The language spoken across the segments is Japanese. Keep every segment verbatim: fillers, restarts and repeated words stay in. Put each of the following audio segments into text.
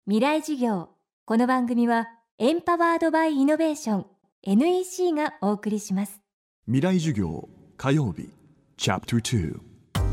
未来授業。この番組はエンパワードバイイノベーション エヌイーシー がお送りします。 未来授業火曜日チャプターに。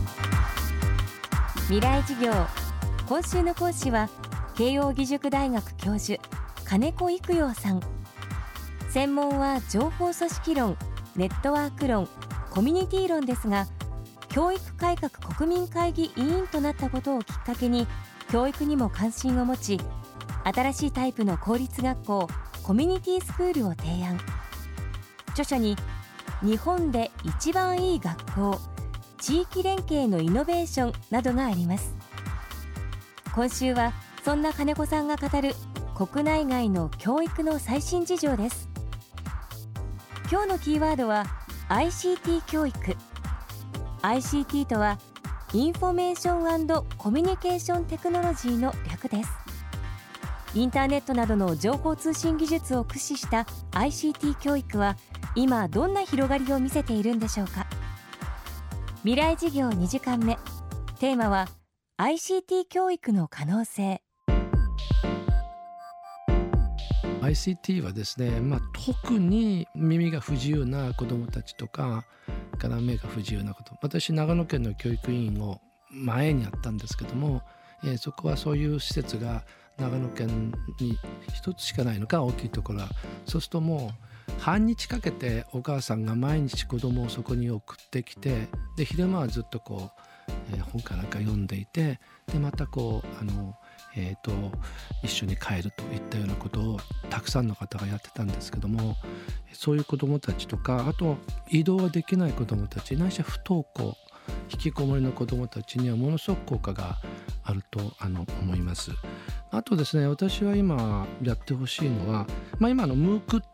未来授業。今週の講師は慶應義塾大学教授金子育陽さん。専門は情報組織論、ネットワーク論、コミュニティ論ですが、教育改革国民会議委員となったことをきっかけに教育にも関心を持ち、新しいタイプの公立学校コミュニティスクールを提案。著書に日本で一番いい学校、地域連携のイノベーションなどがあります。今週はそんな金子さんが語る国内外の教育の最新事情です。今日のキーワードは アイシーティー 教育。 アイシーティー とはインフォメーション&コミュニケーションテクノロジーの略です。インターネットなどの情報通信技術を駆使した アイシーティー 教育は今どんな広がりを見せているんでしょうか。未来授業にじかんめ、テーマは アイシーティー 教育の可能性。 アイシーティー はですね、まあ、特に耳が不自由な子どもたちとかから目が不自由なこと、私長野県の教育委員を前にやったんですけども、えー、そこはそういう施設が長野県に一つしかないのか、大きいところは。そうするともう半日かけてお母さんが毎日子どもをそこに送ってきて、で昼間はずっとこう、えー、本かなんか読んでいて、でまたこうあのえー、と一緒に帰るといったようなことをたくさんの方がやってたんですけども、そういう子どもたちとか、あと移動ができない子どもたち、ないしは不登校引きこもりの子どもたちにはものすごく効果があるとあの思います。あとですね、私は今やってほしいのは、まあ、今の ムーク って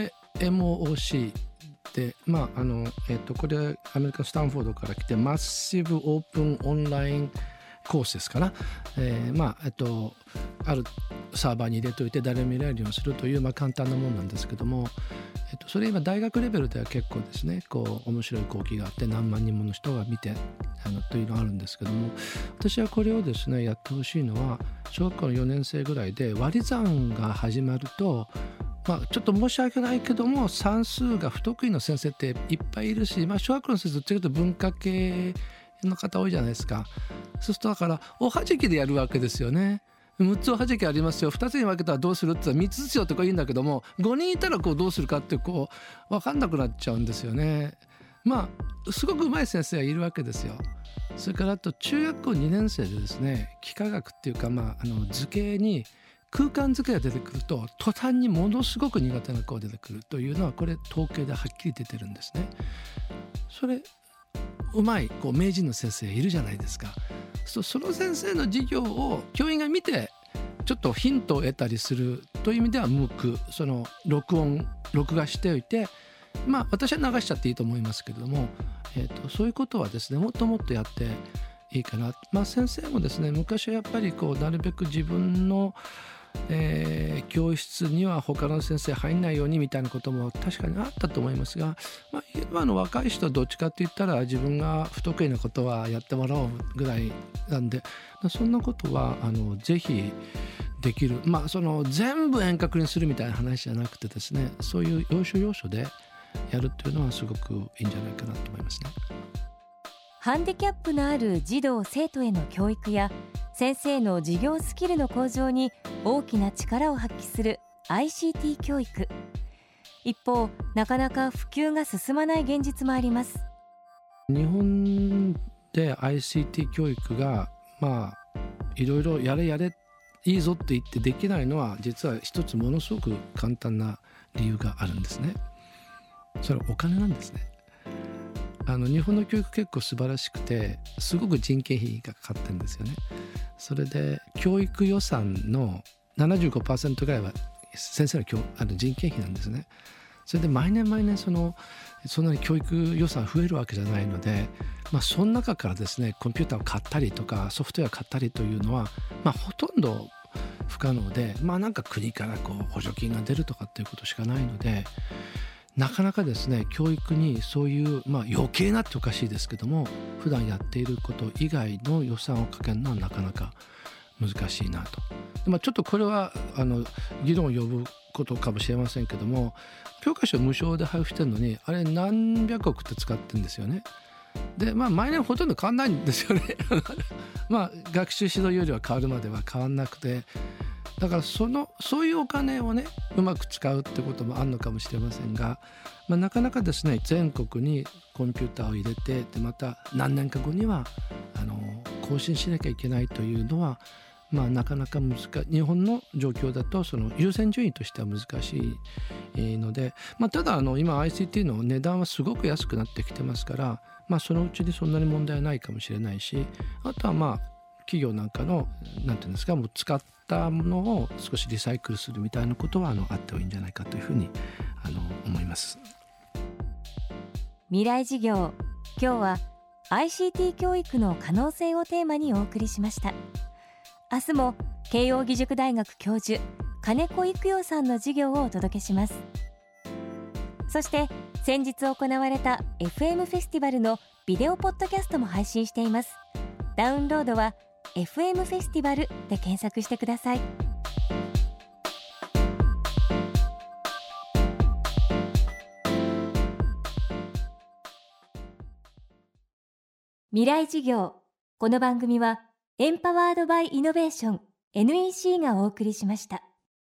エムオーシー で、まああのえー、とこれアメリカスタンフォードから来てマッシブオープンオンラインコースですから、えー、まあえっとあるサーバーに入れといて誰も見られるようにするという、まあ、簡単なものなんですけども、えっと、それ今大学レベルでは結構ですね、こう面白い講義があって何万人もの人が見てあのというのがあるんですけども、私はこれをですねやってほしいのは小学校のよねん生ぐらいで割り算が始まると、まあ、ちょっと申し訳ないけども算数が不得意な先生っていっぱいいるし、まあ、小学校の先生と違うと文化系の方多いじゃないですか。そうするとだからおはじきでやるわけですよね。むっつおはじきありますよ、ふたつに分けたらどうするって言ったらみっつずつよとか言うんだけども、ごにんいたらこうどうするかってこう分かんなくなっちゃうんですよね。まあすごく上手い先生はいるわけですよ。それからあと中学校にねん生でですね、幾何学っていうか、まあ、あの図形に空間図形が出てくると途端にものすごく苦手な子が出てくるというのは、これ統計ではっきり出てるんですね。それうまいこう名人の先生いるじゃないですか。そ, その先生の授業を教員が見てちょっとヒントを得たりするという意味では ムーク、 その録音録画しておいて、まあ私は流しちゃっていいと思いますけれども、えー、とそういうことはですねもっともっとやっていいかな。まあ先生もですね、昔はやっぱりこうなるべく自分のえー、教室には他の先生入んないようにみたいなことも確かにあったと思いますが、まあ、今の若い人はどっちかって言ったら自分が不得意なことはやってもらおうぐらいなんで、そんなことはあのぜひできる、まあその全部遠隔にするみたいな話じゃなくてですね、そういう要所要所でやるっていうのはすごくいいんじゃないかなと思いますね。 ハンディキャップのある児童生徒への教育や先生の授業スキルの向上に大きな力を発揮する アイシーティー 教育。一方、なかなか普及が進まない現実もあります。 日本で アイシーティー 教育がまあいろいろやれやれいいぞって言ってできないのは、実は一つものすごく簡単な理由があるんですね。それはお金なんですね。あの日本の教育結構素晴らしくて、すごく人件費がかかってるんですよね。それで教育予算の ななじゅうごパーセント ぐらいは先生の教あの人件費なんですね。それで毎年毎年そのそんなに教育予算増えるわけじゃないので、まあ、その中からですねコンピューターを買ったりとかソフトウェアを買ったりというのは、まあ、ほとんど不可能で、まあなんか国からこう補助金が出るとかっていうことしかないので、なかなかですね教育にそういう、まあ、余計なっておかしいですけども普段やっていること以外の予算をかけるのはなかなか難しいなと。で、まあ、ちょっとこれはあの議論を呼ぶことかもしれませんけども、教科書無償で配布してるのにあれ何百億って使ってるんですよね。で、まあ、毎年ほとんど変わんないんですよねまあ学習指導要領は変わるまでは変わんなくて、だからそのそういうお金をねうまく使うってこともあるのかもしれませんが、まあ、なかなかですね全国にコンピューターを入れて、でまた何年か後にはあの更新しなきゃいけないというのは、まあ、なかなか難しい。日本の状況だとその優先順位としては難しいので、まあ、ただあの今 アイシーティー の値段はすごく安くなってきてますから、まあ、そのうちにそんなに問題ないかもしれないし、あとはまあ企業なんかのなんていうんですか、もう使ったものを少しリサイクルするみたいなことはあのあってもいいんじゃないかというふうにあの思います。 未来事業、今日は アイシーティー 教育の可能性をテーマにお送りしました。明日も慶應義塾大学教授金子育代さんの授業をお届けします。そして先日行われた エフエム フェスティバルのビデオポッドキャストも配信しています。ダウンロードは エフエム フェスティバルで検索してください。未来事業、この番組はエンパワードバイイノベーション エヌイーシー がお送りしました。